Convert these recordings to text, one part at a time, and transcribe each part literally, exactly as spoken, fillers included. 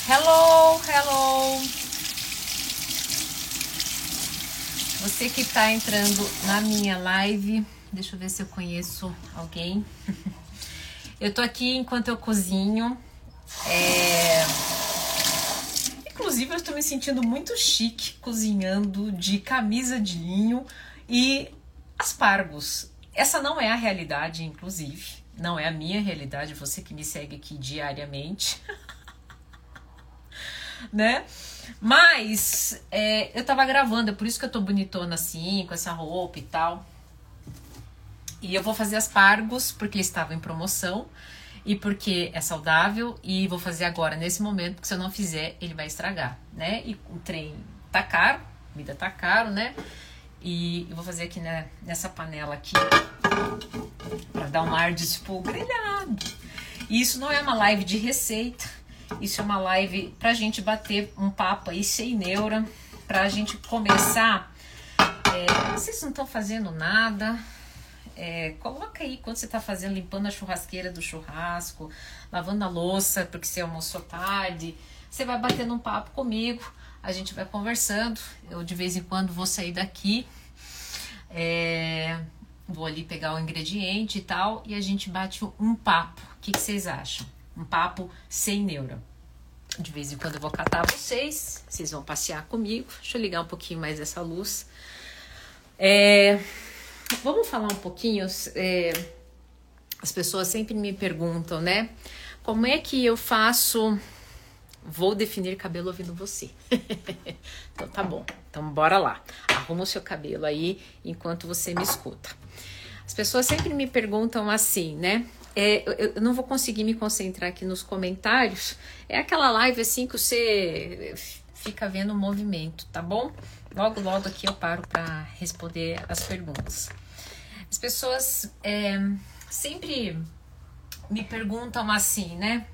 Hello, hello. Você que tá entrando na minha live, deixa eu ver se eu conheço alguém. Eu tô aqui enquanto eu cozinho. É... Inclusive, eu estou me sentindo muito chique cozinhando de camisa de linho e aspargos. Essa não é a realidade, inclusive. Não é a minha realidade, você que me segue aqui diariamente. Né? Mas é, eu tava gravando, é por isso que eu tô bonitona assim, com essa roupa e tal. E eu vou fazer aspargos porque eles estavam em promoção e porque é saudável, e vou fazer agora nesse momento, porque se eu não fizer ele vai estragar, né? E o trem tá caro, a comida tá caro, né? E eu vou fazer aqui, né, nessa panela aqui para dar um ar de tipo grelhado. E isso não é uma live de receita. Isso é uma live pra gente bater um papo aí sem neura, pra gente começar. É, vocês não estão fazendo nada, é, coloca aí quando você tá fazendo, limpando a churrasqueira do churrasco, lavando a louça porque você almoçou tarde, você vai batendo um papo comigo, a gente vai conversando. Eu de vez em quando vou sair daqui, é, vou ali pegar o ingrediente e tal, e a gente bate um papo. O que, que vocês acham? Um papo sem neura. De vez em quando eu vou catar vocês, vocês vão passear comigo. Deixa eu ligar um pouquinho mais essa luz. É, vamos falar um pouquinho. É, as pessoas sempre me perguntam, né? Como é que eu faço? Vou definir cabelo ouvindo você. Então tá bom. Então bora lá. Arruma o seu cabelo aí enquanto você me escuta. As pessoas sempre me perguntam assim, né? É, eu, eu não vou conseguir me concentrar aqui nos comentários. É aquela live assim que você fica vendo o movimento, tá bom? Logo, logo aqui eu paro para responder as perguntas. As pessoas é, sempre me perguntam assim, né?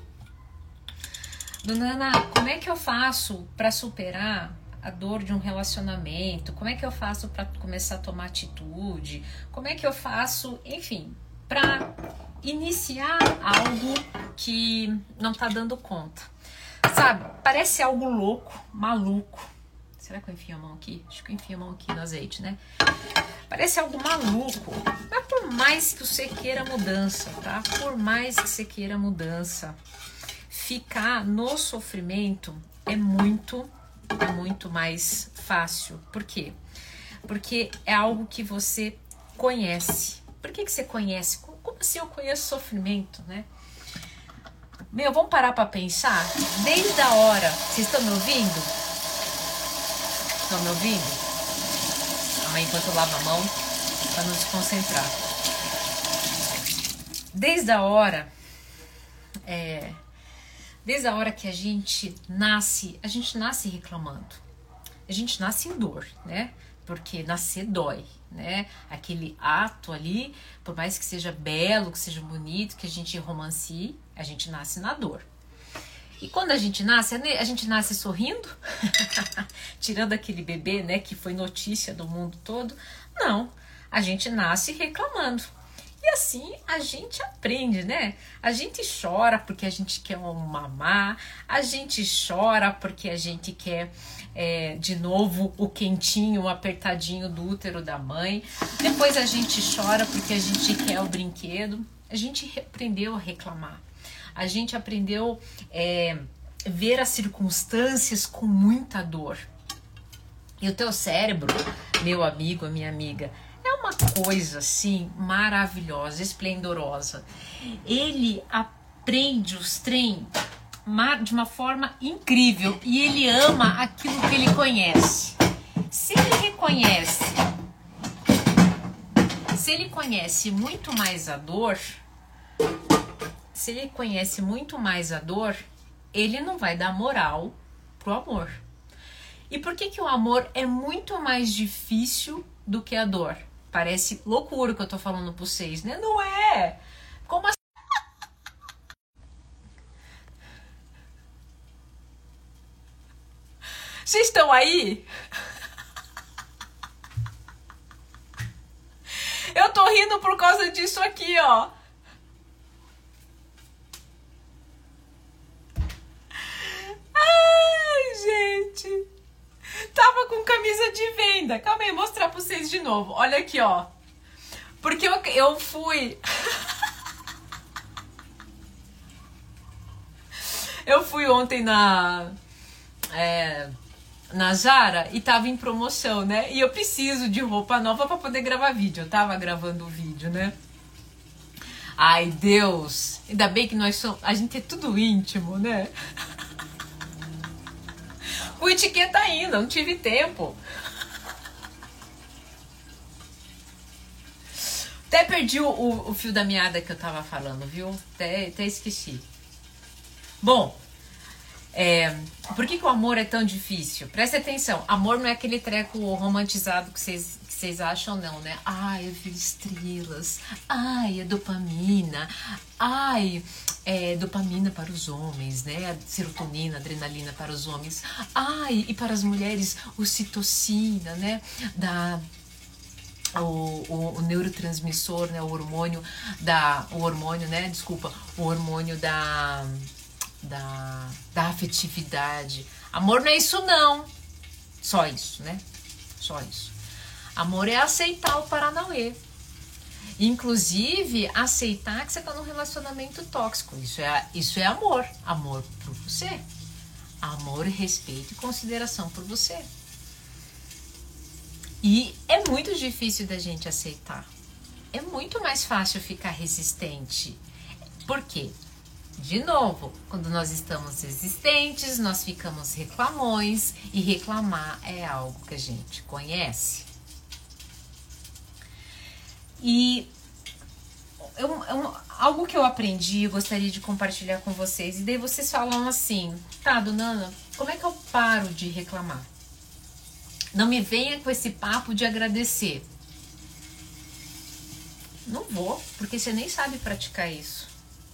Dona Ana, como é que eu faço para superar a dor de um relacionamento? Como é que eu faço para começar a tomar atitude? Como é que eu faço, enfim, para iniciar algo que não tá dando conta? Sabe, parece algo louco, maluco. Será que eu enfio a mão aqui? Acho que eu enfio a mão aqui no azeite, né? Parece algo maluco, mas por mais que você queira mudança, tá? Por mais que você queira mudança, ficar no sofrimento é muito, é muito mais fácil. Por quê? Porque é algo que você conhece. Por que que você conhece? Como assim eu conheço sofrimento, né? Meu, vamos parar pra pensar? Desde a hora... Vocês estão me ouvindo? Estão me ouvindo? Calma aí, enquanto eu lavo a mão, pra não se concentrar. Desde a hora... É, desde a hora que a gente nasce, a gente nasce reclamando. A gente nasce em dor, né? Porque nascer dói, né? Aquele ato ali, por mais que seja belo, que seja bonito, que a gente romancie, a gente nasce na dor. E quando a gente nasce, a gente nasce sorrindo, tirando aquele bebê, né, que foi notícia do mundo todo. Não, a gente nasce reclamando. E assim a gente aprende, né? A gente chora porque a gente quer um mamar, a gente chora porque a gente quer, é, de novo, o quentinho, o apertadinho do útero da mãe. Depois a gente chora porque a gente quer o brinquedo. A gente aprendeu a reclamar. A gente aprendeu é, ver as circunstâncias com muita dor. E o teu cérebro, meu amigo, a minha amiga, é uma coisa assim maravilhosa, esplendorosa. Ele aprende os trem de uma forma incrível e ele ama aquilo que ele conhece. Se ele reconhece, se ele conhece muito mais a dor, se ele conhece muito mais a dor, ele não vai dar moral pro amor. E por que que o amor é muito mais difícil do que a dor? Parece loucura o que eu tô falando pra vocês, né? Não é! Como assim? Vocês estão aí? Eu tô rindo por causa disso aqui, ó. ainda. Calma aí, mostrar pra vocês de novo. Olha aqui, ó. Porque eu, eu fui... eu fui ontem na... É, na Zara e tava em promoção, né? E eu preciso de roupa nova pra poder gravar vídeo. Eu tava gravando o vídeo, né? Ai, Deus. Ainda bem que nós somos... A gente é tudo íntimo, né? O etiqueta ainda, não tive tempo. Até perdi o, o, o fio da meada que eu tava falando, viu? Até, até esqueci. Bom, é, por que, que o amor é tão difícil? Presta atenção, amor não é aquele treco romantizado que vocês que vocês acham, não, né? Ai, eu vi estrelas. Ai, é dopamina. Ai, é dopamina para os homens, né? Serotonina, adrenalina para os homens. Ai, e para as mulheres, ocitocina, né? Da... O, o, o neurotransmissor, né, o hormônio da, o hormônio, né, desculpa, o hormônio da, da, da afetividade. Amor não é isso não, só isso, né, só isso. Amor é aceitar o Paranauê, inclusive aceitar que você está num relacionamento tóxico. Isso é, isso é amor, amor por você, amor, respeito e consideração por você. E é muito difícil da gente aceitar. É muito mais fácil ficar resistente. Por quê? De novo, quando nós estamos resistentes, nós ficamos reclamões. E reclamar é algo que a gente conhece. E eu, eu, algo que eu aprendi, eu gostaria de compartilhar com vocês. E daí vocês falam assim, tá, dona Ana, como é que eu paro de reclamar? Não me venha com esse papo de agradecer. Não vou, porque você nem sabe praticar isso.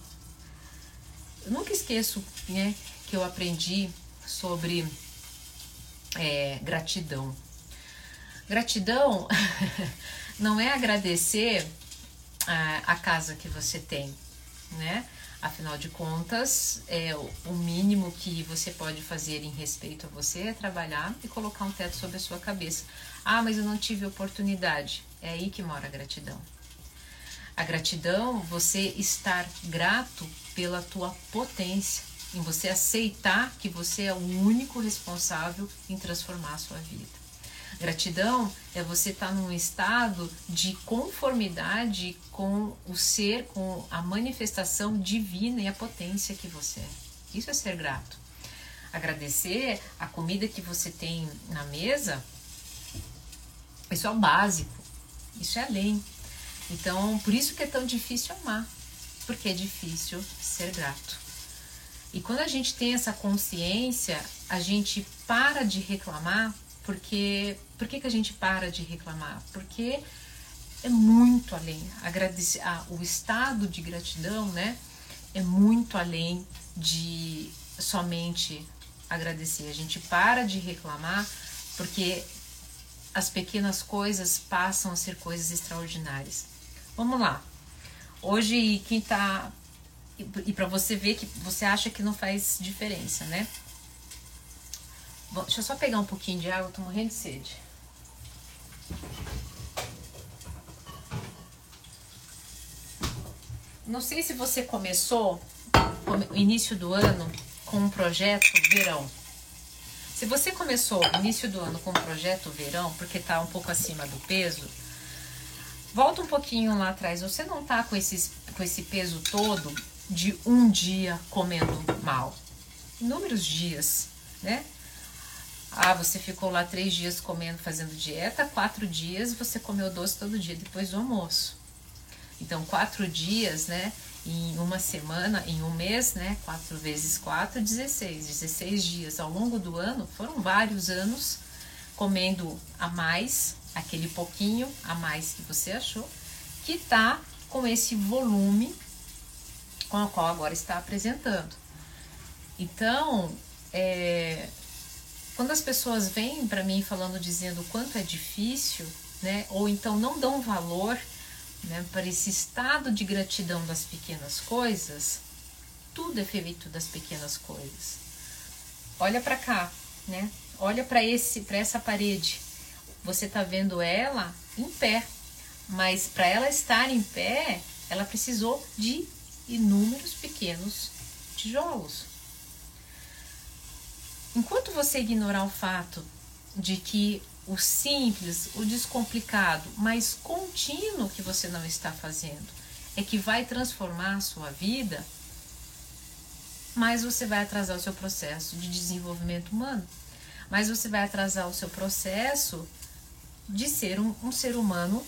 Eu nunca esqueço, né, que eu aprendi sobre é, gratidão. Gratidão não é agradecer a, a casa que você tem, né? Afinal de contas, é, o mínimo que você pode fazer em respeito a você é trabalhar e colocar um teto sobre a sua cabeça. Ah, mas eu não tive oportunidade. É aí que mora a gratidão. A gratidão, você estar grato pela tua potência, em você aceitar que você é o único responsável em transformar a sua vida. Gratidão é você estar num estado de conformidade com o ser, com a manifestação divina e a potência que você é. Isso é ser grato. Agradecer a comida que você tem na mesa, isso é o básico, isso é além. Então, por isso que é tão difícil amar, porque é difícil ser grato. E quando a gente tem essa consciência, a gente para de reclamar. Porque, por que, que a gente para de reclamar? Porque é muito além. Agradecer, ah, o estado de gratidão, né, é muito além de somente agradecer. A gente para de reclamar porque as pequenas coisas passam a ser coisas extraordinárias. Vamos lá. Hoje, quem tá... E para você ver que você acha que não faz diferença, né? Bom, deixa eu só pegar um pouquinho de água, eu tô morrendo de sede. Não sei se você começou o início do ano com um projeto verão. Se você começou o início do ano com um projeto verão, porque tá um pouco acima do peso, volta um pouquinho lá atrás. Você não tá com, esses, com esse peso todo de um dia comendo mal. Inúmeros dias, né? Ah, você ficou lá três dias comendo, fazendo dieta, quatro dias você comeu doce todo dia depois do almoço. Então, quatro dias, né, em uma semana, em um mês, né, quatro vezes quatro, dezesseis. dezesseis dias ao longo do ano, foram vários anos comendo a mais, aquele pouquinho a mais que você achou, que tá com esse volume com o qual agora está apresentando. Então, é... quando as pessoas vêm para mim falando, dizendo o quanto é difícil, né, ou então não dão valor, né, para esse estado de gratidão das pequenas coisas, tudo é feito das pequenas coisas. Olha para cá, né? Olha para esse, para essa parede. você tá vendo ela em pé. Mas para ela estar em pé, ela precisou de inúmeros pequenos tijolos. Enquanto você ignorar o fato de que o simples, o descomplicado, mas contínuo que você não está fazendo é que vai transformar a sua vida, mais você vai atrasar o seu processo de desenvolvimento humano. Mais você vai atrasar o seu processo de ser um, um ser humano,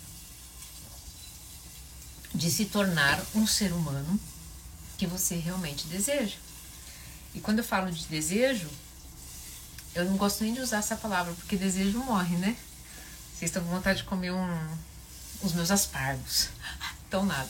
de se tornar um ser humano que você realmente deseja. E quando eu falo de desejo, eu não gosto nem de usar essa palavra, porque desejo morre, né? Vocês estão com vontade de comer um, os meus aspargos. Então nada.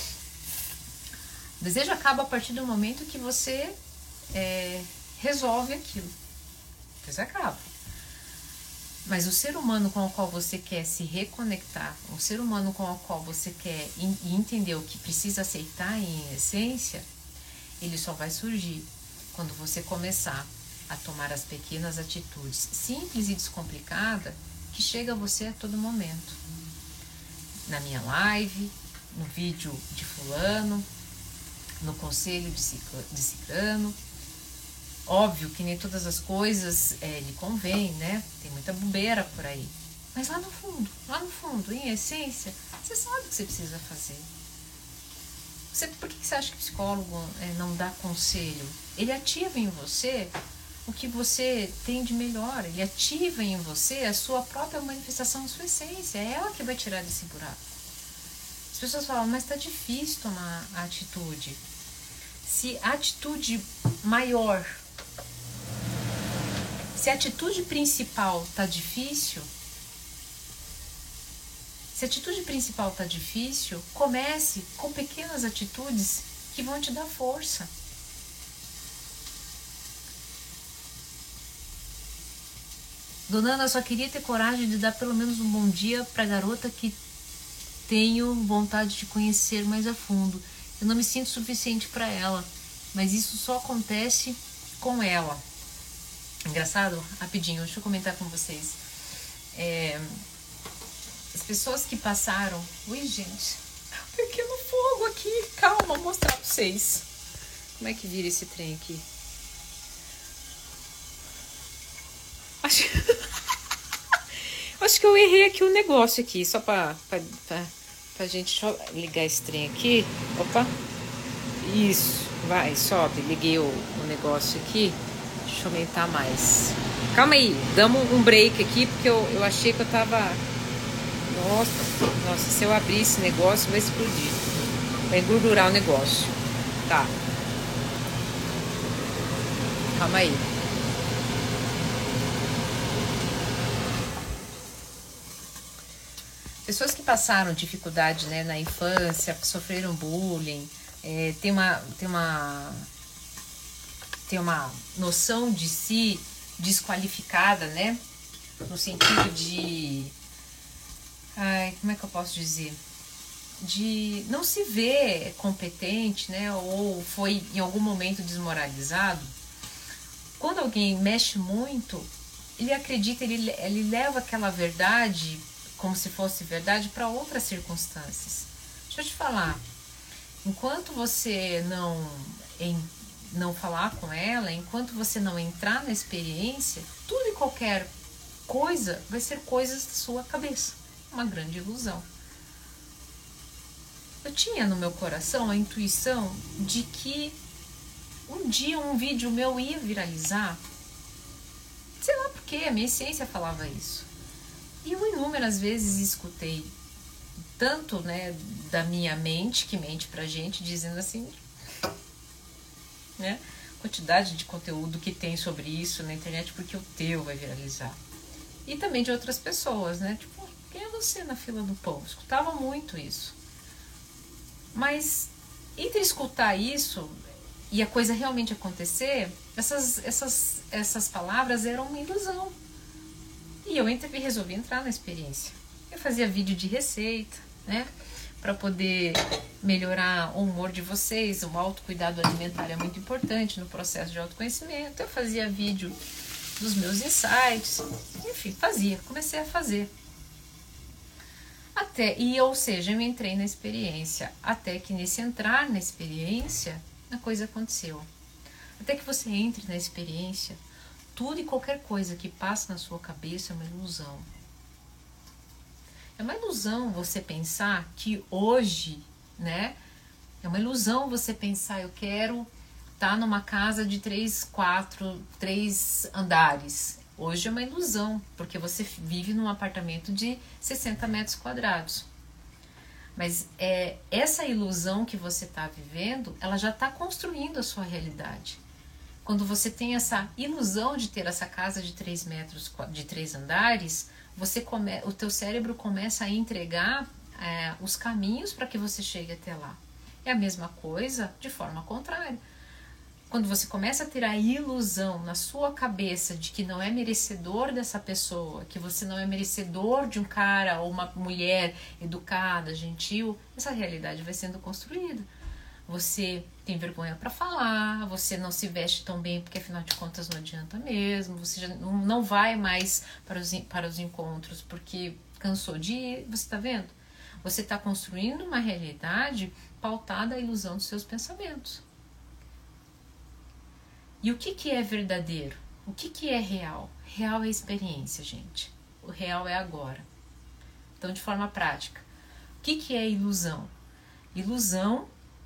O desejo acaba a partir do momento que você é, resolve aquilo. Depois acaba. Mas o ser humano com o qual você quer se reconectar, o ser humano com o qual você quer e entender o que precisa aceitar em essência, ele só vai surgir quando você começar a tomar as pequenas atitudes simples e descomplicada que chega a você a todo momento. Na minha live, no vídeo de fulano, no conselho de ciclano. Óbvio que nem todas as coisas é, lhe convém, né? Tem muita bobeira por aí. Mas lá no fundo, lá no fundo, em essência, você sabe o que você precisa fazer. Você, por que você acha que o psicólogo é, não dá conselho? Ele ativa em você o que você tem de melhor. Ele ativa em você a sua própria manifestação, a sua essência. É ela que vai tirar desse buraco. As pessoas falam, mas tá difícil tomar a atitude. Se a atitude maior, se a atitude principal tá difícil, se a atitude principal tá difícil, comece com pequenas atitudes que vão te dar força. Dona Ana, só queria ter coragem de dar pelo menos um bom dia pra garota que tenho vontade de conhecer mais a fundo. Eu não me sinto suficiente para ela, mas isso só acontece com ela. Engraçado? Rapidinho, deixa eu comentar com vocês. É, as pessoas que passaram... Ui, gente, um pequeno fogo aqui. Calma, vou mostrar para vocês. Como é que vira esse trem aqui? Acho, Acho que eu errei aqui o negócio aqui, só para... Pra gente, deixa eu ligar esse trem aqui. Opa. Isso. Vai, sobe. Liguei o, o negócio aqui. Deixa eu aumentar mais. Calma aí. Damos um break aqui, porque eu, eu achei que eu tava... Nossa, nossa, se eu abrir esse negócio vai explodir. Vai engordurar o negócio. Tá. Calma aí. Pessoas que passaram dificuldade, né, na infância, sofreram bullying, é, tem, uma, tem, uma, tem uma noção de si desqualificada, né? No sentido de... Ai, como é que eu posso dizer? De não se ver competente, né? Ou foi em algum momento desmoralizado. Quando alguém mexe muito, ele acredita, ele, ele leva aquela verdade... como se fosse verdade para outras circunstâncias. Deixa eu te falar, enquanto você não, em, não falar com ela, enquanto você não entrar na experiência, tudo e qualquer coisa vai ser coisas da sua cabeça. Uma grande ilusão. Eu tinha no meu coração a intuição de que um dia um vídeo meu ia viralizar. Sei lá por quê, a minha essência falava isso. E eu inúmeras vezes escutei, tanto, né, da minha mente, que mente pra gente, dizendo assim, né, quantidade de conteúdo que tem sobre isso na internet, porque o teu vai viralizar. E também de outras pessoas, né, tipo, quem é você na fila do pão? Eu escutava muito isso. Mas, entre escutar isso e a coisa realmente acontecer, essas, essas, essas palavras eram uma ilusão. E eu entrei, resolvi entrar na experiência. Eu fazia vídeo de receita, né? Para poder melhorar o humor de vocês. O autocuidado alimentar é muito importante no processo de autoconhecimento. Eu fazia vídeo dos meus insights. Enfim, fazia, comecei a fazer. Até, e ou seja, eu entrei na experiência. Até que nesse entrar na experiência, a coisa aconteceu. Até que você entre na experiência, tudo e qualquer coisa que passa na sua cabeça é uma ilusão. É uma ilusão você pensar que hoje, né? É uma ilusão você pensar, eu quero estar numa casa de três, quatro, três andares. Hoje é uma ilusão, porque você vive num apartamento de sessenta metros quadrados. Mas é, essa ilusão que você está vivendo, ela já está construindo a sua realidade. Quando você tem essa ilusão de ter essa casa de três metros, de três andares, você come, o teu cérebro começa a entregar é, os caminhos para que você chegue até lá. É a mesma coisa de forma contrária. Quando você começa a ter a ilusão na sua cabeça de que não é merecedor dessa pessoa, que você não é merecedor de um cara ou uma mulher educada, gentil, essa realidade vai sendo construída. Você tem vergonha para falar, você não se veste tão bem porque afinal de contas não adianta mesmo, você já não vai mais para os, para os encontros porque cansou de ir, você está vendo? Você está construindo uma realidade pautada à ilusão dos seus pensamentos. E o que, que é verdadeiro? O que, que é real? Real é experiência, gente. O real é agora. Então, de forma prática, o que, que é ilusão? Ilusão,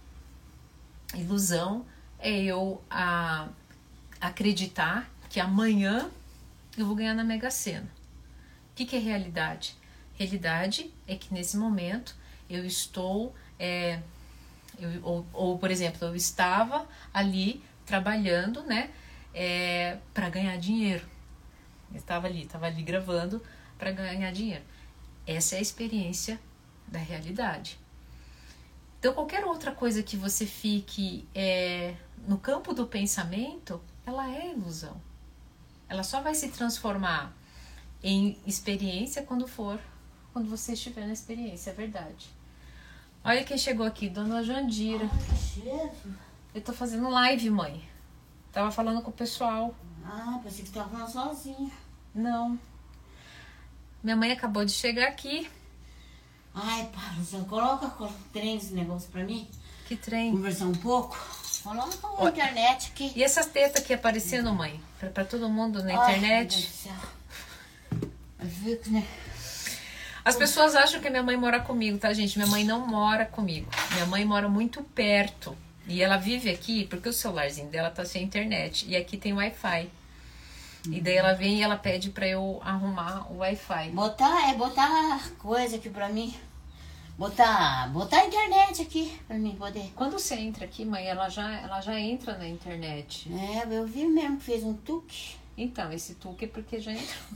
ilusão é eu a, acreditar que amanhã eu vou ganhar na Mega Sena. O que, que é realidade? Realidade é que nesse momento eu estou, é, eu, ou, ou por exemplo, eu estava ali trabalhando, né, é, para ganhar dinheiro. Eu estava ali, estava ali gravando para ganhar dinheiro. Essa é a experiência da realidade. Então, qualquer outra coisa que você fique é, no campo do pensamento, ela é ilusão. Ela só vai se transformar em experiência quando for, quando você estiver na experiência, é verdade. Olha quem chegou aqui, Dona Jandira. Ai, que cheiro. Eu tô fazendo live, mãe. Tava falando com o pessoal. Ah, pensei que você tava falando sozinha. Não. Minha mãe acabou de chegar aqui. Ai, para, você coloca o trem desse negócio pra mim. Que trem. Conversar um pouco. Coloca a Ó, internet aqui. E essas tetas aqui aparecendo, mãe? Pra, pra todo mundo na Ai, internet? meu Deus do céu. Eu fico, né? As pessoas acham que minha mãe mora comigo, tá, gente? Minha mãe não mora comigo. Minha mãe mora muito perto. E ela vive aqui porque o celularzinho dela tá sem internet. E aqui tem Wi-Fi. E daí ela vem e ela pede pra eu arrumar o Wi-Fi. Botar, é botar coisa aqui pra mim. Botar, botar a internet aqui pra mim poder. Quando você entra aqui, mãe, ela já, ela já entra na internet. É, eu vi mesmo que fez um tuque. Então, esse tuque é porque já entrou.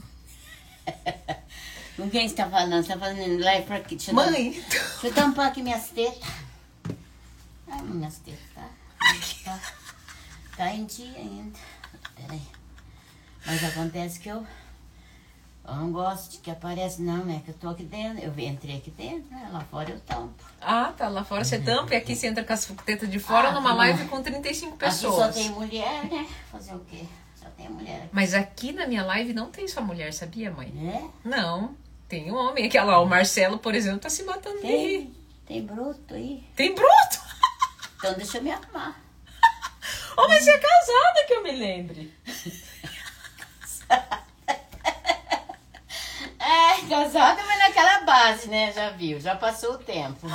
Com quem você tá falando? Você tá falando live pra aqui? Deixa eu dar- Mãe! Deixa eu tampar aqui minhas tetas. Ai, minhas tetas, tá? Tá, tá em dia ainda. Peraí. Mas acontece que eu, eu não gosto de que aparece, não, né? Que eu tô aqui dentro. Eu entrei aqui dentro, né? Lá fora eu tampo. Ah, tá. Lá fora você tampa e aqui você entra com as tetas de fora Ah, numa não. live com trinta e cinco pessoas. Aqui só tem mulher, né? Fazer o quê? Só tem mulher aqui. Mas aqui na minha live não tem só mulher, sabia, mãe? É? Não. Tem homem. Aqui, olha lá, o Marcelo, por exemplo, tá se matando de rir. Tem, tem bruto aí. Tem bruto! Então deixa eu me arrumar. Oh, mas você é casada, que eu me lembre. É, casada, mas naquela base, né? Já viu, já passou o tempo.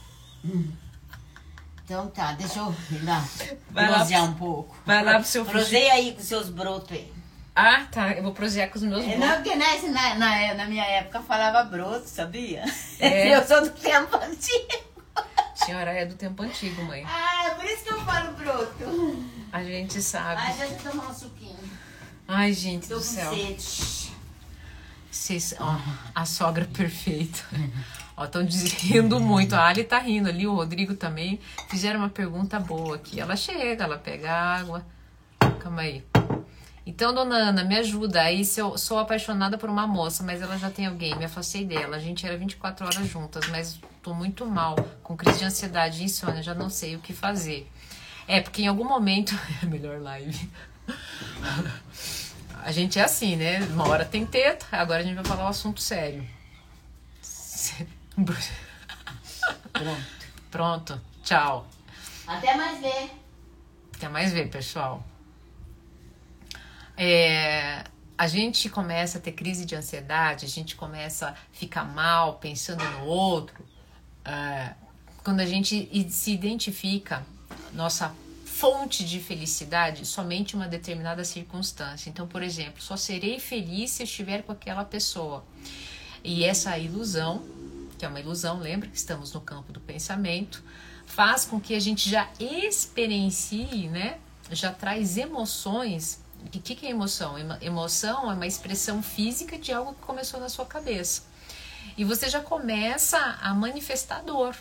Então tá, deixa eu ir lá, Vai lá prosear pro- um pouco. vai lá pro seu Proseia aí com seus brotos aí. Ah, tá. Eu vou prosear com os meus É, brutos. não, porque nessa, na, na, na minha época falava broto, sabia? É. Eu sou do tempo antigo. Senhora é do tempo antigo, mãe. Ah, por isso que eu falo broto. A gente sabe. Ah, já vou tomar um suquinho. Ai, gente Tô do com céu. sede. Vocês, ó, a sogra perfeita. Ó, estão rindo muito. A Ali tá rindo ali, o Rodrigo também. Fizeram uma pergunta boa aqui. Ela chega, ela pega água. Calma aí. Então, dona Ana, me ajuda. Aí, se eu sou apaixonada por uma moça, mas ela já tem alguém, me afastei dela. A gente era vinte e quatro horas juntas, mas tô muito mal, com crise de ansiedade e insônia, já não sei o que fazer. É, porque em algum momento... É melhor live. A gente é assim, né? Uma hora tem teta, agora a gente vai falar um assunto sério. Pronto. Pronto, tchau. Até mais ver. Até mais ver, pessoal. É, a gente começa a ter crise de ansiedade, a gente começa a ficar mal pensando no outro, é, quando a gente se identifica nossa fonte de felicidade somente em uma determinada circunstância. Então, por exemplo, só serei feliz se estiver com aquela pessoa. E essa ilusão, que é uma ilusão, lembra que estamos no campo do pensamento, faz com que a gente já experiencie, né? Já traz emoções. O que, que é emoção? Emoção é uma expressão física de algo que começou na sua cabeça. E você já começa a manifestar dor.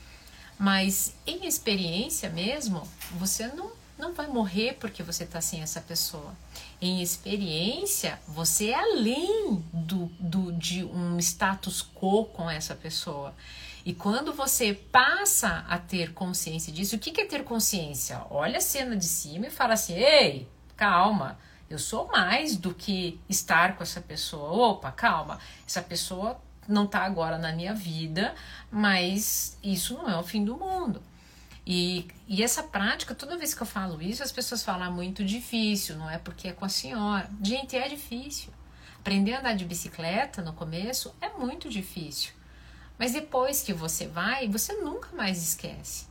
Mas em experiência mesmo, você não, não vai morrer porque você está sem essa pessoa. Em experiência, você é além do, do, de um status quo com essa pessoa. E quando você passa a ter consciência disso, o que, que é ter consciência? Olha a cena de cima e fala assim, ei, calma, eu sou mais do que estar com essa pessoa. Opa, calma, essa pessoa não está agora na minha vida, mas isso não é o fim do mundo. E, e essa prática, toda vez que eu falo isso, as pessoas falam, ah, muito difícil, não é porque é com a senhora. Gente, é difícil. Aprender a andar de bicicleta no começo é muito difícil. Mas depois que você vai, você nunca mais esquece.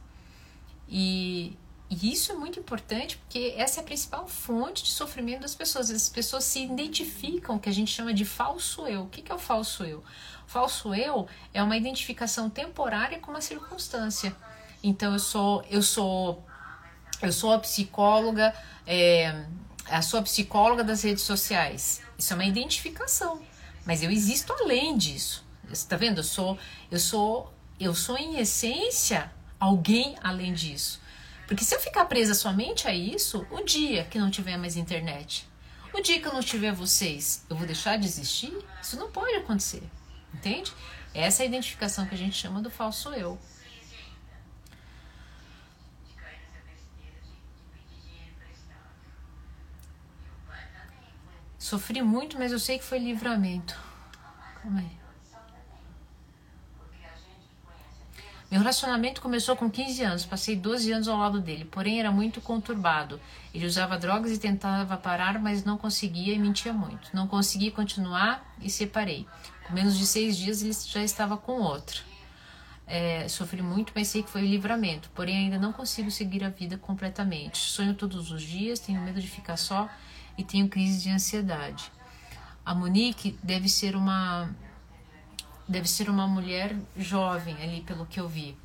E, e isso é muito importante porque essa é a principal fonte de sofrimento das pessoas. As pessoas se identificam, que a gente chama de falso eu. O que é o falso eu? O falso eu é uma identificação temporária com uma circunstância. Então eu sou, eu sou, eu sou a psicóloga, é, a sou a psicóloga das redes sociais. Isso é uma identificação, mas eu existo além disso. Você tá vendo? Eu sou, eu sou, eu sou em essência alguém além disso. Porque se eu ficar presa somente a isso, o dia que não tiver mais internet, o dia que eu não tiver vocês, eu vou deixar de existir? Isso não pode acontecer, entende? Essa é a identificação que a gente chama do falso eu. Sofri muito, mas eu sei que foi livramento. Calma aí. Meu relacionamento começou com quinze anos, passei doze anos ao lado dele, porém era muito conturbado. Ele usava drogas e tentava parar, mas não conseguia e mentia muito. Não consegui continuar e separei. Com menos de seis dias ele já estava com outra. É, sofri muito, mas sei que foi o livramento, porém ainda não consigo seguir a vida completamente. Sonho todos os dias, tenho medo de ficar só e tenho crise de ansiedade. A Monique deve ser uma... Deve ser uma mulher jovem ali, pelo que eu vi.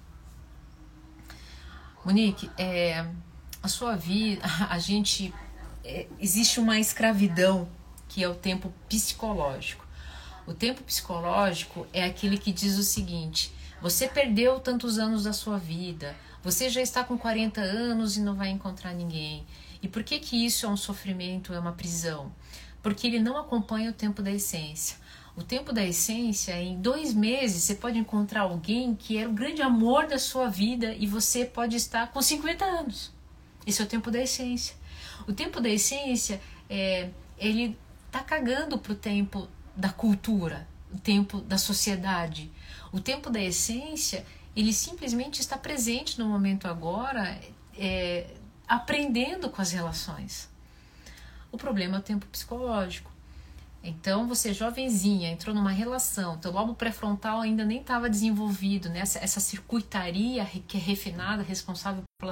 Monique, é, a sua vida, a gente... É, existe uma escravidão, que é o tempo psicológico. O tempo psicológico é aquele que diz o seguinte, você perdeu tantos anos da sua vida, você já está com quarenta anos e não vai encontrar ninguém. E por que que isso é um sofrimento, é uma prisão? Porque ele não acompanha o tempo da essência. O tempo da essência, em dois meses, você pode encontrar alguém que era o grande amor da sua vida e você pode estar com cinquenta anos. Esse é o tempo da essência. O tempo da essência, é, ele está cagando para o tempo da cultura, o tempo da sociedade. O tempo da essência, ele simplesmente está presente no momento agora, é, aprendendo com as relações. O problema é o tempo psicológico. Então, você jovenzinha, entrou numa relação, teu lobo pré-frontal ainda nem estava desenvolvido, né? Essa, essa circuitaria que é refinada, responsável pela...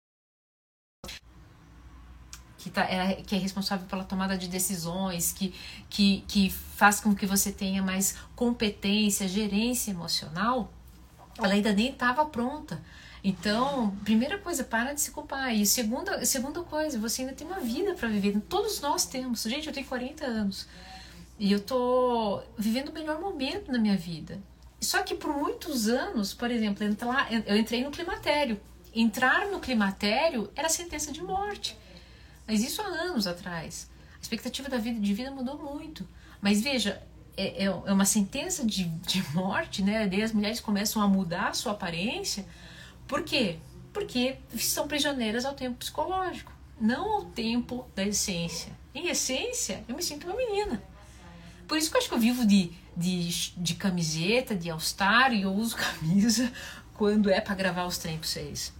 Que, tá, é, que é responsável pela tomada de decisões, que, que, que faz com que você tenha mais competência, gerência emocional, ela ainda nem estava pronta. Então, primeira coisa, para de se culpar. E segunda, segunda coisa, você ainda tem uma vida para viver. Todos nós temos. Gente, eu tenho quarenta anos. E eu tô vivendo o melhor momento na minha vida. Só que por muitos anos, por exemplo, eu entrei no climatério. Entrar no climatério era sentença de morte. Mas isso há anos atrás. A expectativa da vida, de vida mudou muito. Mas veja, é, é uma sentença de, de morte, né? Daí as mulheres começam a mudar a sua aparência. Por quê? Porque são prisioneiras ao tempo psicológico, não ao tempo da essência. Em essência, eu me sinto uma menina. Por isso que eu acho que eu vivo de, de, de camiseta, de all-star, e eu uso camisa quando é pra gravar os trem pra vocês.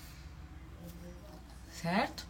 Certo?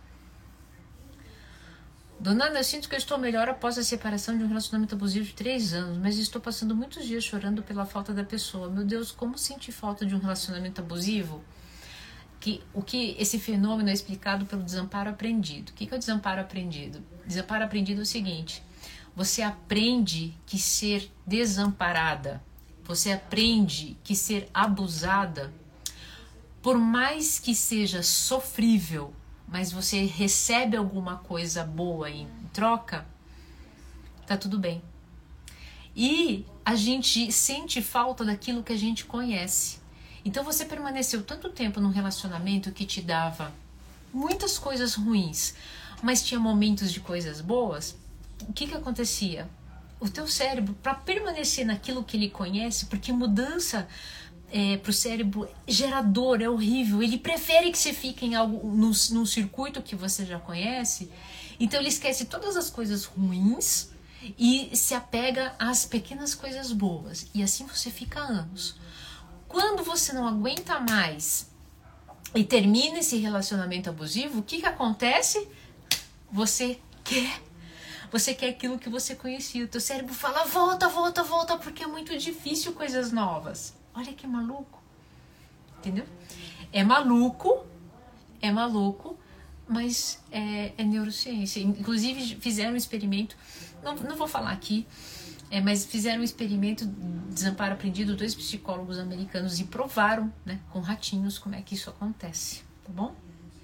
Dona Ana, eu sinto que eu estou melhor após a separação de um relacionamento abusivo de três anos, mas estou passando muitos dias chorando pela falta da pessoa. Meu Deus, como sentir falta de um relacionamento abusivo? Que, o que esse fenômeno é explicado pelo desamparo aprendido. O que, que é o desamparo aprendido? Desamparo aprendido é o seguinte: você aprende que ser desamparada, você aprende que ser abusada, por mais que seja sofrível, mas você recebe alguma coisa boa em troca, tá tudo bem. E a gente sente falta daquilo que a gente conhece. Então você permaneceu tanto tempo num relacionamento que te dava muitas coisas ruins, mas tinha momentos de coisas boas. O que que acontecia? O teu cérebro, para permanecer naquilo que ele conhece, porque mudança é, para o cérebro gerador é horrível, ele prefere que você fique em algo, num, num circuito que você já conhece, então ele esquece todas as coisas ruins e se apega às pequenas coisas boas, e assim você fica anos. Quando você não aguenta mais e termina esse relacionamento abusivo, o que que acontece? Você quer, você quer aquilo que você conhecia. O teu cérebro fala, volta, volta, volta, porque é muito difícil coisas novas. Olha que maluco, entendeu? É maluco, é maluco, mas é, é neurociência. Inclusive fizeram um experimento, não, não vou falar aqui, É, mas fizeram um experimento de desamparo aprendido, dois psicólogos americanos, e provaram, né, com ratinhos como é que isso acontece, tá bom?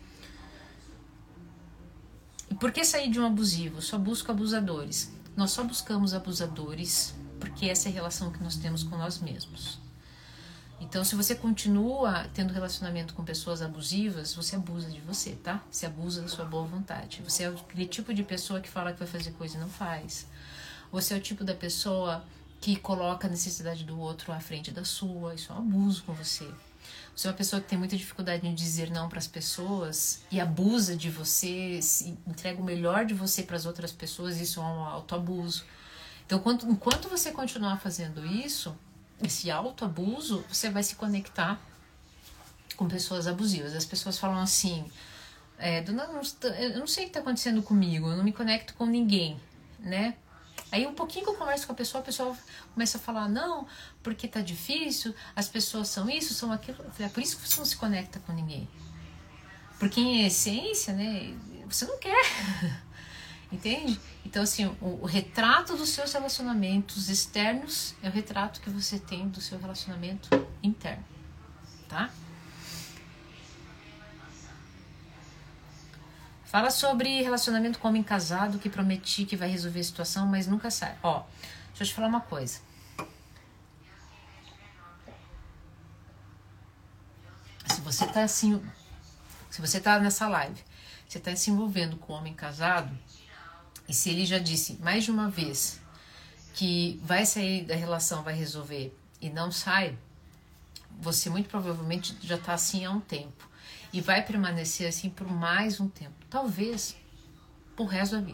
E por que sair de um abusivo? Só busco abusadores. Nós só buscamos abusadores porque essa é a relação que nós temos com nós mesmos. Então, se você continua tendo relacionamento com pessoas abusivas, você abusa de você, tá? Você abusa da sua boa vontade. Você é aquele tipo de pessoa que fala que vai fazer coisa e não faz. Você é o tipo da pessoa que coloca a necessidade do outro à frente da sua. Isso é um abuso com você. Você é uma pessoa que tem muita dificuldade em dizer não para as pessoas e abusa de você, entrega o melhor de você para as outras pessoas. Isso é um autoabuso. Então, enquanto, enquanto você continuar fazendo isso, esse autoabuso, você vai se conectar com pessoas abusivas. As pessoas falam assim, é, Dona, eu não sei o que está acontecendo comigo, eu não me conecto com ninguém, né? Aí um pouquinho que eu converso com a pessoa, a pessoa começa a falar, não, porque tá difícil, as pessoas são isso, são aquilo. Eu falei, é por isso que você não se conecta com ninguém. Porque em essência, né, você não quer. Entende? Então, assim, o, o retrato dos seus relacionamentos externos é o retrato que você tem do seu relacionamento interno, tá? Fala sobre relacionamento com homem casado que prometi que vai resolver a situação, mas nunca sai. Ó, deixa eu te falar uma coisa. Se você tá assim, se você tá nessa live, você tá se envolvendo com um homem casado, e se ele já disse mais de uma vez que vai sair da relação, vai resolver e não sai, você muito provavelmente já tá assim há um tempo. E vai permanecer assim por mais um tempo. Talvez pro resto da vida.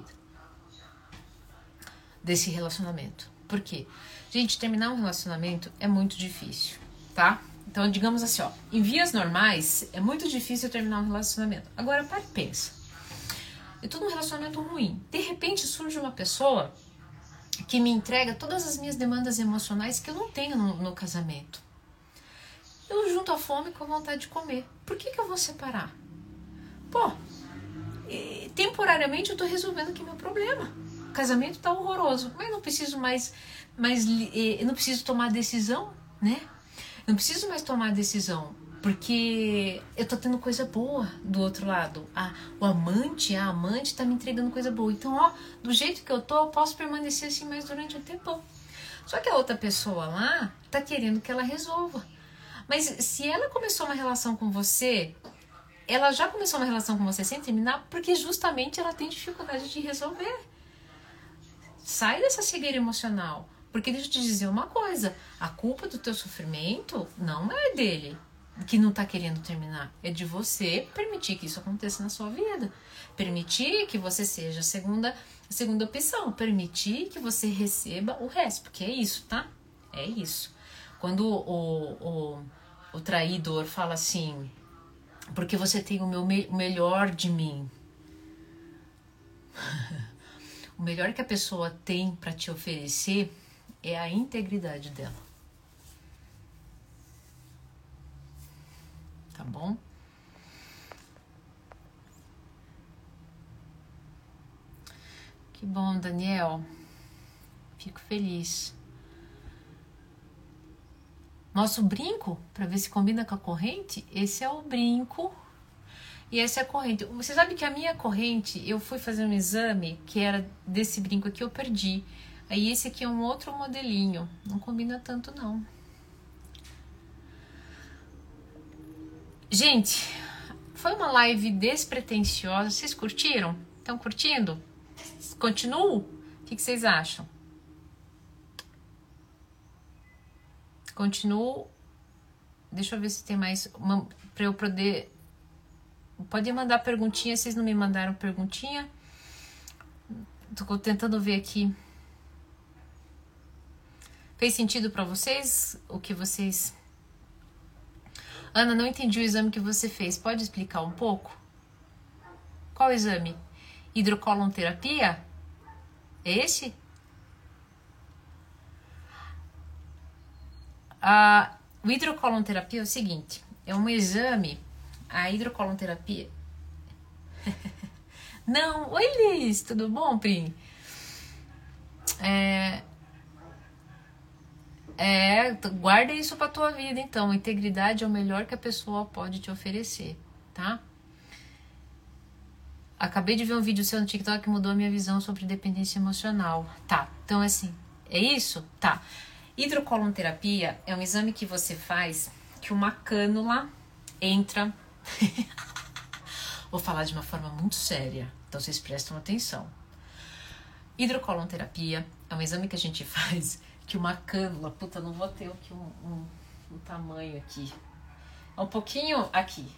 Desse relacionamento. Por quê? Gente, terminar um relacionamento é muito difícil, tá? Então, digamos assim, ó. Em vias normais, é muito difícil terminar um relacionamento. Agora, para e pensa. Eu tô num relacionamento ruim. De repente, surge uma pessoa que me entrega todas as minhas demandas emocionais que eu não tenho no, no casamento. Eu junto a fome com a vontade de comer. Por que que eu vou separar? Pô, temporariamente eu tô resolvendo aqui meu problema. O casamento tá horroroso, mas não preciso mais, mais eu não preciso tomar decisão, né? Eu não preciso mais tomar decisão, porque eu tô tendo coisa boa do outro lado. Ah, o amante, a amante tá me entregando coisa boa. Então, ó, do jeito que eu tô, eu posso permanecer assim mais durante um tempo. Só que a outra pessoa lá tá querendo que ela resolva. Mas se ela começou uma relação com você, ela já começou uma relação com você sem terminar porque justamente ela tem dificuldade de resolver. Sai dessa cegueira emocional. Porque deixa eu te dizer uma coisa, a culpa do teu sofrimento não é dele. que não tá querendo terminar. É de você permitir que isso aconteça na sua vida. Permitir que você seja a segunda, a segunda opção. Permitir que você receba o resto. Porque é isso, tá? É isso. Quando o, o, o traidor fala assim, porque você tem o, meu, o melhor de mim. O melhor que a pessoa tem para te oferecer é a integridade dela. Tá bom? Que bom, Daniel. Fico feliz. Nosso brinco, para ver se combina com a corrente, esse é o brinco e essa é a corrente. Você sabe que a minha corrente, eu fui fazer um exame que era desse brinco aqui, eu perdi. Aí esse aqui é um outro modelinho, não combina tanto não. Gente, foi uma live despretensiosa, vocês curtiram? Estão curtindo? Continuo? O que vocês acham? Continuo. Deixa eu ver se tem mais uma para eu poder. Pode mandar perguntinha, vocês não me mandaram perguntinha? Tô tentando ver aqui. Fez sentido para vocês o que vocês... Ana, não entendi o exame que você fez. Pode explicar um pouco? Qual exame? Hidrocolonterapia? É esse? A o hidrocolonterapia é o seguinte, é um exame, a hidrocolonterapia... Não, oi Liz, tudo bom, Pri? É, é, guarda isso pra tua vida, então, integridade é o melhor que a pessoa pode te oferecer, tá? Acabei de ver um vídeo seu no TikTok que mudou a minha visão sobre dependência emocional. Tá, então assim, é isso? Tá. Hidrocolonterapia é um exame que você faz que uma cânula entra... Vou falar de uma forma muito séria, então vocês prestam atenção. Hidrocolonterapia é um exame que a gente faz que uma cânula... Puta, não vou ter aqui um, um, um tamanho aqui. É um pouquinho aqui.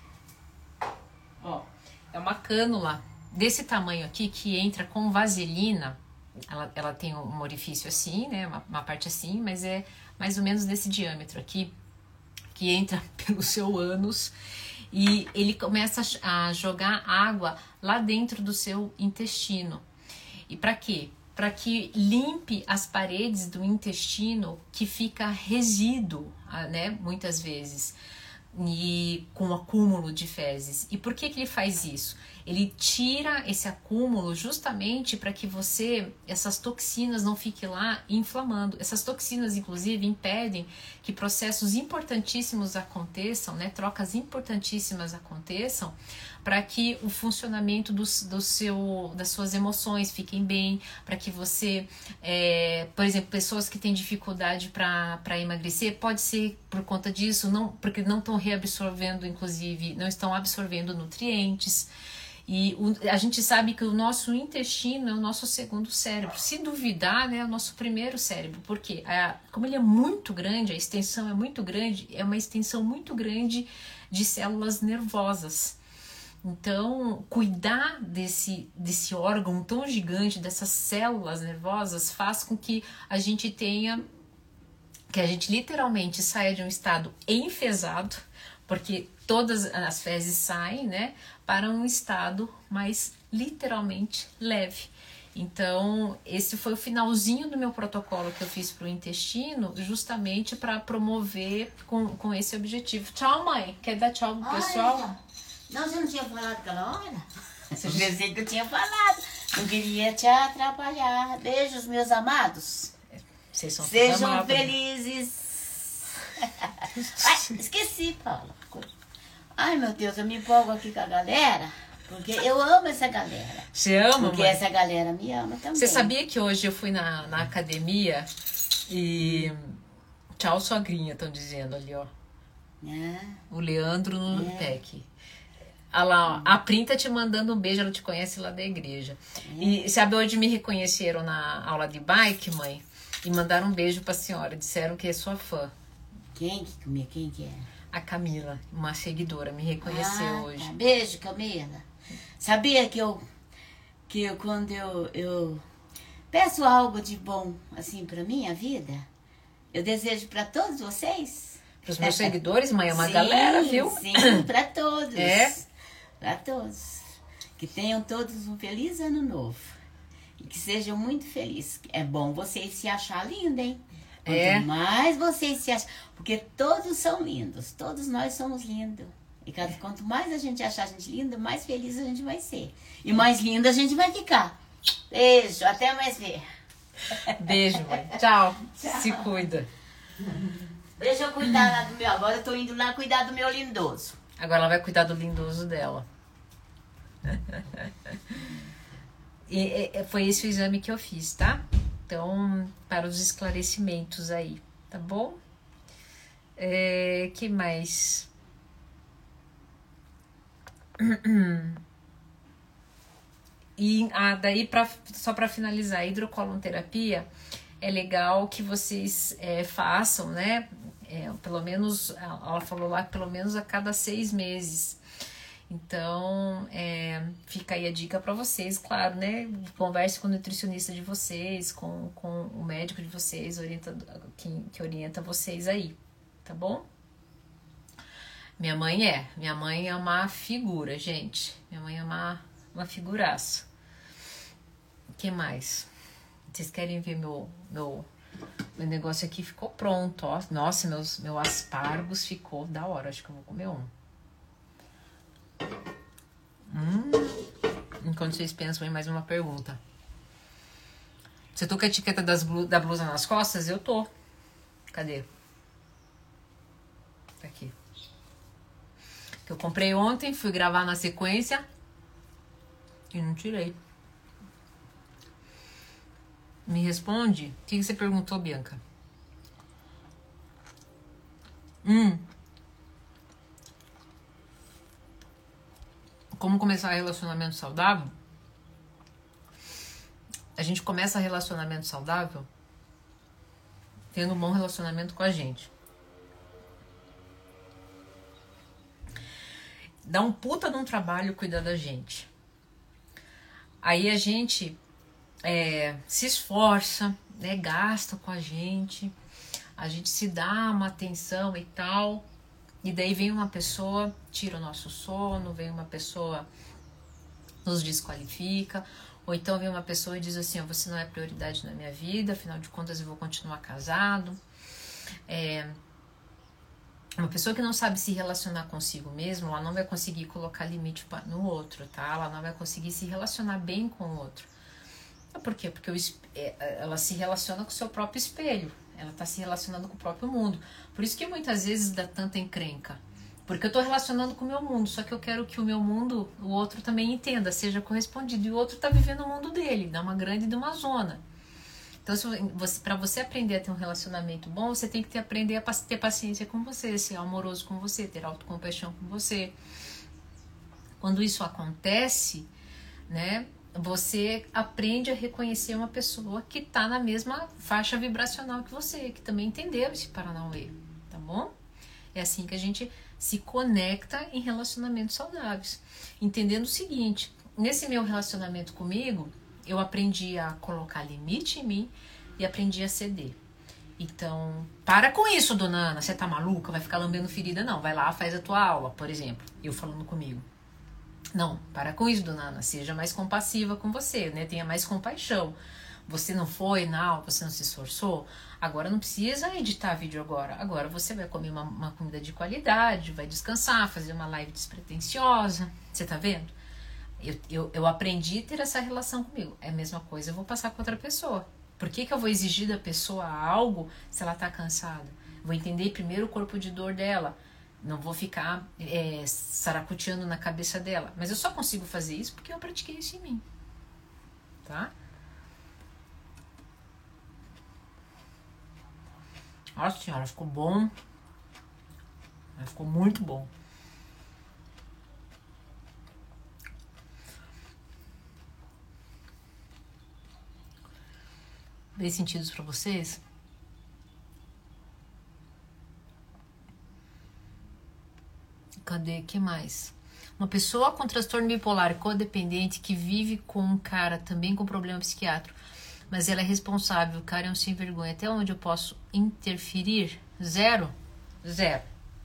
Ó, é uma cânula desse tamanho aqui que entra com vaselina. Ela, ela tem um orifício assim, né? Uma, uma parte assim, mas é mais ou menos desse diâmetro aqui, que entra pelo seu ânus e ele começa a jogar água lá dentro do seu intestino. E para quê? Para que limpe as paredes do intestino que fica resíduo, né? Muitas vezes. E com acúmulo de fezes. E por que que ele faz isso? Ele tira esse acúmulo justamente para que você, essas toxinas não fiquem lá inflamando. Essas toxinas, inclusive, impedem que processos importantíssimos aconteçam, né? Trocas importantíssimas aconteçam, para que o funcionamento do, do seu, das suas emoções fiquem bem, para que você, é, por exemplo, pessoas que têm dificuldade para emagrecer, pode ser por conta disso, não, porque não estão reabsorvendo, inclusive, não estão absorvendo nutrientes. E o, a gente sabe que o nosso intestino é o nosso segundo cérebro. Se duvidar, né, é o nosso primeiro cérebro. Porque a, como ele é muito grande, a extensão é muito grande, é uma extensão muito grande de células nervosas. Então, cuidar desse, desse órgão tão gigante, dessas células nervosas, faz com que a gente tenha, que a gente literalmente saia de um estado enfesado, porque todas as fezes saem, né, para um estado mais literalmente leve. Então, esse foi o finalzinho do meu protocolo que eu fiz para o intestino, justamente para promover com, com esse objetivo. Tchau, mãe. Quer dar tchau pro pessoal? Olha, não, você não tinha falado aquela hora? Eu pensei que eu tinha falado. Não queria te atrapalhar. Beijos, meus amados. Vocês são Sejam amados, felizes. Ai, esqueci, Paula. Ai, meu Deus, eu me empolgo aqui com a galera, porque eu amo essa galera. Você ama, Porque mãe? essa galera me ama também. Você sabia que hoje eu fui na, na academia e... Tchau, sogrinha, estão dizendo ali, ó. É. O Leandro no É. P E C. Olha lá, ó, a Prim tá te mandando um beijo, ela te conhece lá da igreja. É. E sabe, hoje me reconheceram na aula de bike, mãe, e mandaram um beijo pra senhora, disseram que é sua fã. Quem que comia? Quem que é? A Camila, uma seguidora, me reconheceu Ah, hoje. Tá. Beijo, Camila. Sabia que eu, que eu quando eu, eu peço algo de bom, assim, pra minha vida, eu desejo pra todos vocês? Para os meus seguidores, mãe, é uma sim, galera, viu? Sim, pra todos. É? Pra todos. Que tenham todos um feliz ano novo. E que sejam muito felizes. É bom vocês se achar linda, hein? Quanto É. mais vocês se acham. Porque todos são lindos. Todos nós somos lindos. E cada- quanto mais a gente achar a gente linda, mais feliz a gente vai ser. E mais linda a gente vai ficar. Beijo, até mais ver. Beijo, mãe. Tchau. Se cuida. Deixa eu cuidar lá do meu. Agora eu tô indo lá cuidar do meu lindoso. Agora ela vai cuidar do lindoso dela. E, e, foi esse o exame que eu fiz, tá? Então, para os esclarecimentos aí, tá bom? É, que mais? E ah, daí, pra, só para finalizar, a hidrocolonterapia é legal que vocês é, façam, né? É, pelo menos, ela falou lá, pelo menos a cada seis meses. Então, é, fica aí a dica para vocês, claro, né? Converse com o nutricionista de vocês, com, com o médico de vocês, orienta, que, que orienta vocês aí, tá bom? Minha mãe é, minha mãe é uma figura, gente. Minha mãe é uma, uma figuraça. O que mais? Vocês querem ver meu, meu, meu negócio aqui? Ficou pronto, ó. Nossa, meus, meu aspargos ficou da hora. Acho que eu vou comer um. Hum. Enquanto vocês pensam em mais uma pergunta. Você tô com a etiqueta das blu- da blusa nas costas? Eu tô. Cadê? Tá aqui. Que eu comprei ontem, fui gravar na sequência e não tirei. Me responde. O que você perguntou, Bianca? Hum. Como começar relacionamento saudável? A gente começa relacionamento saudável tendo um bom relacionamento com a gente. Dá um puta de um trabalho cuidar da gente. Aí a gente é, se esforça, né, gasta com a gente, a gente se dá uma atenção e tal, e daí vem uma pessoa, tira o nosso sono, vem uma pessoa, nos desqualifica, ou então vem uma pessoa e diz assim, ó, você não é prioridade na minha vida, afinal de contas eu vou continuar casado. É, uma pessoa que não sabe se relacionar consigo mesmo, ela não vai conseguir colocar limite no outro, tá? Ela não vai conseguir se relacionar bem com o outro. Por quê? Porque o, ela se relaciona com o seu próprio espelho. Ela está se relacionando com o próprio mundo. Por isso que muitas vezes dá tanta encrenca. Porque eu estou relacionando com o meu mundo, só que eu quero que o meu mundo, o outro também entenda, seja correspondido. E o outro está vivendo o mundo dele, dá uma grande de uma zona. Então, para você aprender a ter um relacionamento bom, você tem que ter, aprender a ter paciência com você, ser amoroso com você, ter autocompaixão com você. Quando isso acontece, né, você aprende a reconhecer uma pessoa que está na mesma faixa vibracional que você, que também entendeu esse Paranauê, tá bom? É assim que a gente se conecta em relacionamentos saudáveis. Entendendo o seguinte, nesse meu relacionamento comigo, eu aprendi a colocar limite em mim e aprendi a ceder. Então, para com isso, dona Ana, você tá maluca? Vai ficar lambendo ferida? Não, vai lá, faz a tua aula, por exemplo, eu falando comigo. Não, para com isso, dona Ana, seja mais compassiva com você, né? Tenha mais compaixão. Você não foi na aula, você não se esforçou, agora não precisa editar vídeo agora. Agora você vai comer uma, uma comida de qualidade, vai descansar, fazer uma live despretensiosa. Você tá vendo? Eu, eu, eu aprendi a ter essa relação comigo. É a mesma coisa, eu vou passar com outra pessoa. Por que que eu vou exigir da pessoa algo se ela tá cansada? Vou entender primeiro o corpo de dor dela. Não vou ficar é, saracoteando na cabeça dela. Mas eu só consigo fazer isso porque eu pratiquei isso em mim. Tá? Nossa senhora, ficou bom. Ficou muito bom. Fez sentido pra vocês? Cadê? Que mais? Uma pessoa com transtorno bipolar codependente que vive com um cara também com problema psiquiátrico, mas ela é responsável, o cara é um sem vergonha. Até onde eu posso interferir? Zero? Zero.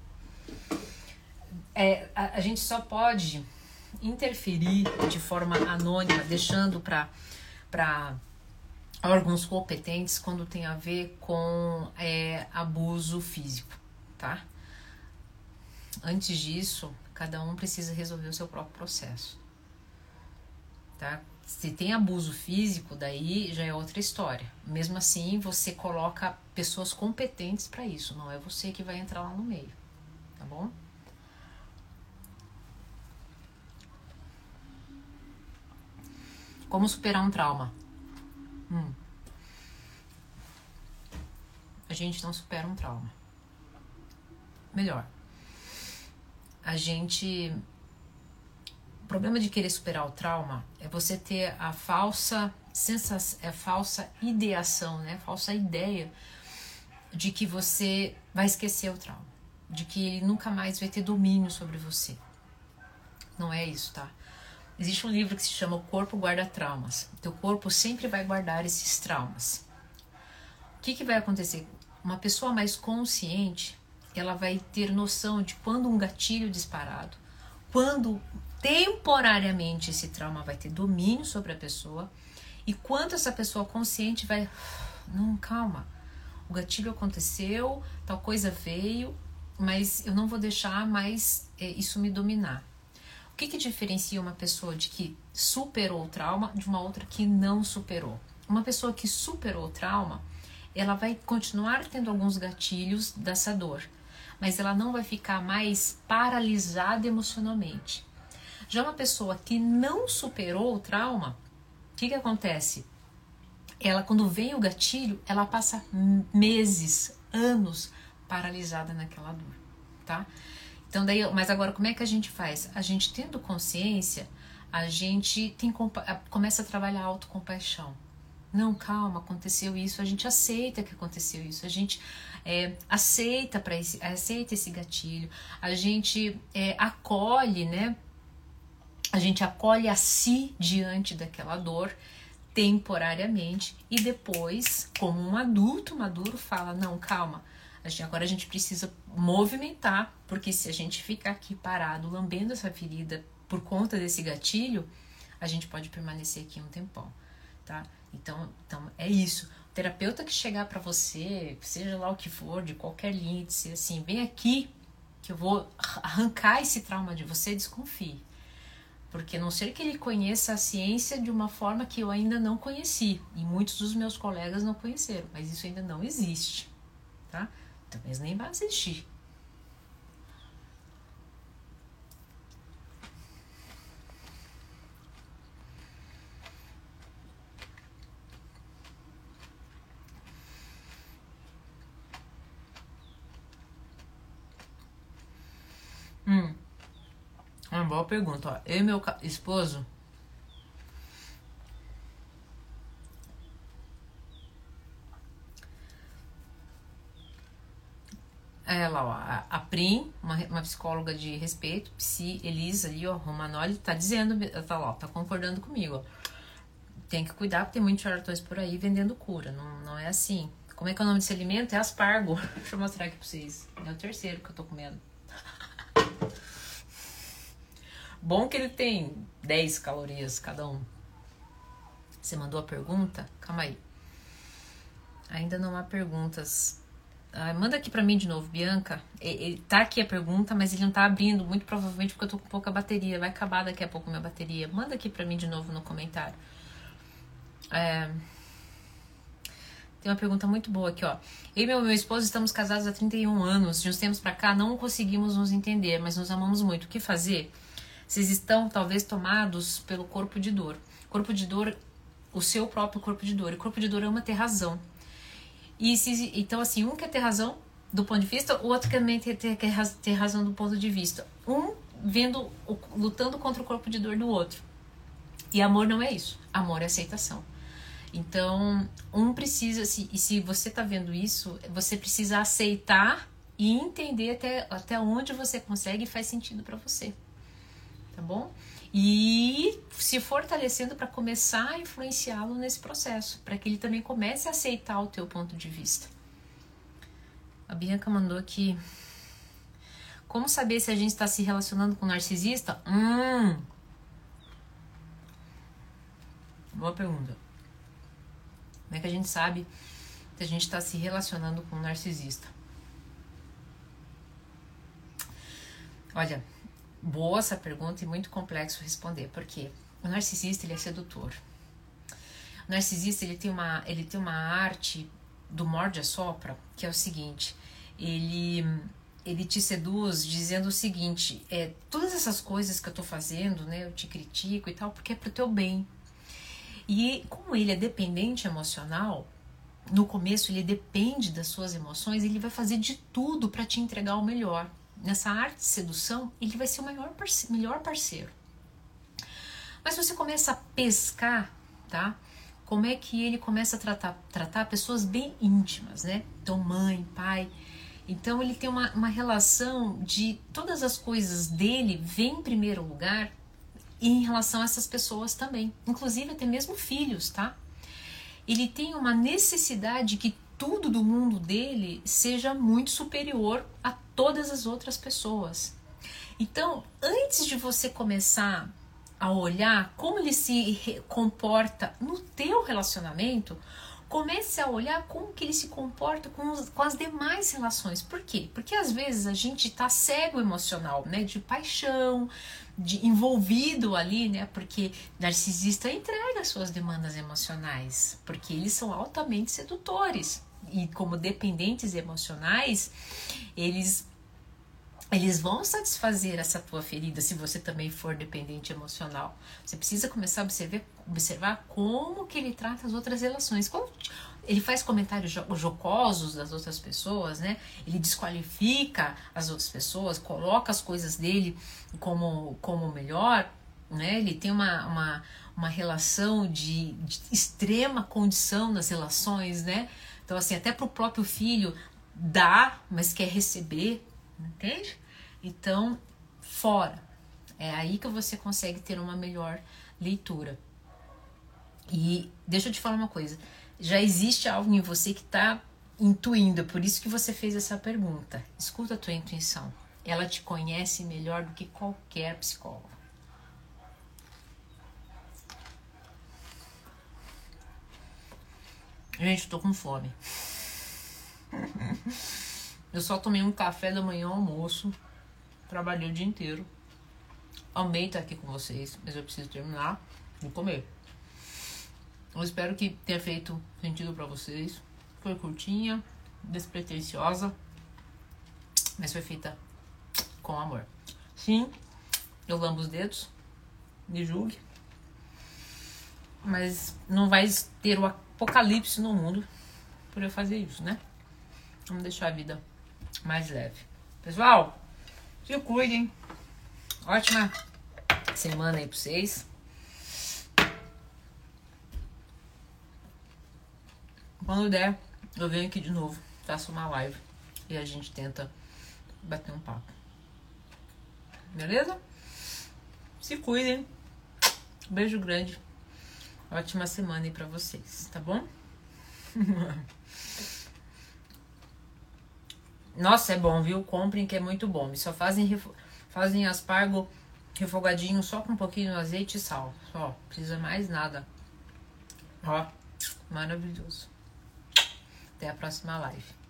É, a, a gente só pode interferir de forma anônima, deixando para para órgãos competentes quando tem a ver com é, abuso físico, tá? Antes disso, cada um precisa resolver o seu próprio processo, tá? Se tem abuso físico, daí já é outra história. Mesmo assim, você coloca pessoas competentes para isso, não é você que vai entrar lá no meio, tá bom? Como superar um trauma? Hum. A gente não supera um trauma. Melhor. A gente... O problema de querer superar o trauma é você ter a falsa sensação, a falsa ideação, né? Falsa ideia de que você vai esquecer o trauma, de que ele nunca mais vai ter domínio sobre você. Não é isso, tá? Existe um livro que se chama O Corpo Guarda Traumas. Teu corpo sempre vai guardar esses traumas. O que que vai acontecer? Uma pessoa mais consciente, ela vai ter noção de quando um gatilho disparado, quando temporariamente esse trauma vai ter domínio sobre a pessoa e quanto essa pessoa consciente vai... Não, calma. O gatilho aconteceu, tal coisa veio, mas eu não vou deixar mais é, isso me dominar. O que que diferencia uma pessoa de que superou o trauma de uma outra que não superou? Uma pessoa que superou o trauma, ela vai continuar tendo alguns gatilhos dessa dor, mas ela não vai ficar mais paralisada emocionalmente. Já uma pessoa que não superou o trauma, o que que acontece? Ela, quando vem o gatilho, ela passa meses, anos paralisada naquela dor, tá? Então daí, mas agora como é que a gente faz? A gente tendo consciência, a gente tem, começa a trabalhar a autocompaixão. Não, calma, aconteceu isso, a gente aceita que aconteceu isso, a gente é, aceita, pra esse, aceita esse gatilho, a gente é, acolhe, né? A gente acolhe a si diante daquela dor temporariamente e depois, como um adulto maduro, fala, não, calma, a gente, agora a gente precisa movimentar, porque se a gente ficar aqui parado, lambendo essa ferida por conta desse gatilho, a gente pode permanecer aqui um tempão, tá? Então, então é isso. O terapeuta que chegar pra você, seja lá o que for, de qualquer linha, dizer assim, vem aqui que eu vou arrancar esse trauma de você, desconfie. Porque a não ser que ele conheça a ciência de uma forma que eu ainda não conheci, e muitos dos meus colegas não conheceram, mas isso ainda não existe, tá? Talvez nem vai existir. Hum. Uma boa pergunta, ó. Eu e meu esposo ela, ó, a, a Prim, uma, uma psicóloga de respeito, Psi Elisa ali, ó, Romanoli, tá dizendo, tá lá, tá concordando comigo, ó. Tem que cuidar, porque tem muitos charlatões por aí vendendo cura, não, não é assim. Como é que é o nome desse alimento? É aspargo. Deixa eu mostrar aqui pra vocês. É o terceiro que eu tô comendo. Bom que ele tem dez calorias cada um. Você mandou a pergunta? Calma aí. Ainda não há perguntas. Ah, manda aqui pra mim de novo, Bianca. Ele, tá aqui a pergunta, mas ele não tá abrindo, muito provavelmente porque eu tô com pouca bateria. Vai acabar daqui a pouco minha bateria. Manda aqui pra mim de novo no comentário. É... Tem uma pergunta muito boa aqui, ó. Eu e meu, meu esposo estamos casados há trinta e um anos. De uns tempos pra cá não conseguimos nos entender, mas nos amamos muito. O que fazer? Vocês estão talvez tomados pelo corpo de dor. Corpo de dor, o seu próprio corpo de dor. E o corpo de dor ama ter razão. E se, então, assim, um quer ter razão do ponto de vista, o outro também quer ter, quer ter razão do ponto de vista. Um vendo, lutando contra o corpo de dor do outro. E amor não é isso. Amor é aceitação. Então, um precisa, se, e se você tá vendo isso, você precisa aceitar e entender até, até onde você consegue e faz sentido para você, tá bom? E se fortalecendo para começar a influenciá-lo nesse processo, para que ele também comece a aceitar o teu ponto de vista. A Bianca mandou aqui: como saber se a gente está se relacionando com um narcisista? Hum, boa pergunta. Como é que a gente sabe se a gente está se relacionando com um narcisista? Olha, boa essa pergunta e muito complexo responder, porque o narcisista, ele é sedutor. O narcisista, ele tem uma, ele tem uma arte do morde-a-sopra, que é o seguinte: ele, ele te seduz dizendo o seguinte, é, todas essas coisas que eu tô fazendo, né, eu te critico e tal, porque é pro teu bem. E como ele é dependente emocional, no começo ele depende das suas emoções, ele vai fazer de tudo para te entregar o melhor. Nessa arte de sedução, ele vai ser o maior parce- melhor parceiro. Mas você começa a pescar, tá? Como é que ele começa a tratar, tratar pessoas bem íntimas, né? Então, mãe, pai. Então, ele tem uma, uma relação de todas as coisas dele vêm em primeiro lugar em relação a essas pessoas também. Inclusive, até mesmo filhos, tá? Ele tem uma necessidade que tudo do mundo dele seja muito superior a todas as outras pessoas. Então, antes de você começar a olhar como ele se comporta no teu relacionamento, comece a olhar como que ele se comporta com, os, com as demais relações. Por quê? Porque às vezes a gente tá cego emocional, né? De paixão, de envolvido ali, né? Porque narcisista entrega suas demandas emocionais, porque eles são altamente sedutores. E como dependentes emocionais, eles eles vão satisfazer essa tua ferida se você também for dependente emocional. Você precisa começar a observar, observar como que ele trata as outras relações. Como ele faz comentários jocosos das outras pessoas, né? Ele desqualifica as outras pessoas, coloca as coisas dele como, como melhor, né? Ele tem uma, uma, uma relação de, de extrema condição nas relações, né? Então, assim, até pro próprio filho dá, mas quer receber, entende? Então, fora. É aí que você consegue ter uma melhor leitura. E deixa eu te falar uma coisa. Já existe algo em você que está intuindo, é por isso que você fez essa pergunta. Escuta a tua intuição. Ela te conhece melhor do que qualquer psicólogo. Gente, eu tô com fome. Eu só tomei um café da manhã, almoço. Trabalhei o dia inteiro. Amei estar aqui com vocês, mas eu preciso terminar de comer. Eu espero que tenha feito sentido pra vocês. Foi curtinha, despretensiosa, mas foi feita com amor. Sim, eu lambo os dedos, me julgue, mas não vai ter o apocalipse no mundo por eu fazer isso, né? Vamos deixar a vida mais leve. Pessoal, se cuidem. Ótima semana aí pra vocês. Quando der, eu venho aqui de novo, faço uma live e a gente tenta bater um papo. Beleza? Se cuidem. Beijo grande. Ótima semana aí pra vocês, tá bom? Nossa, é bom, viu? Comprem que é muito bom. E só fazem, refo- fazem aspargo refogadinho só com um pouquinho de azeite e sal. Só, não precisa mais nada. Ó, maravilhoso. Até a próxima live.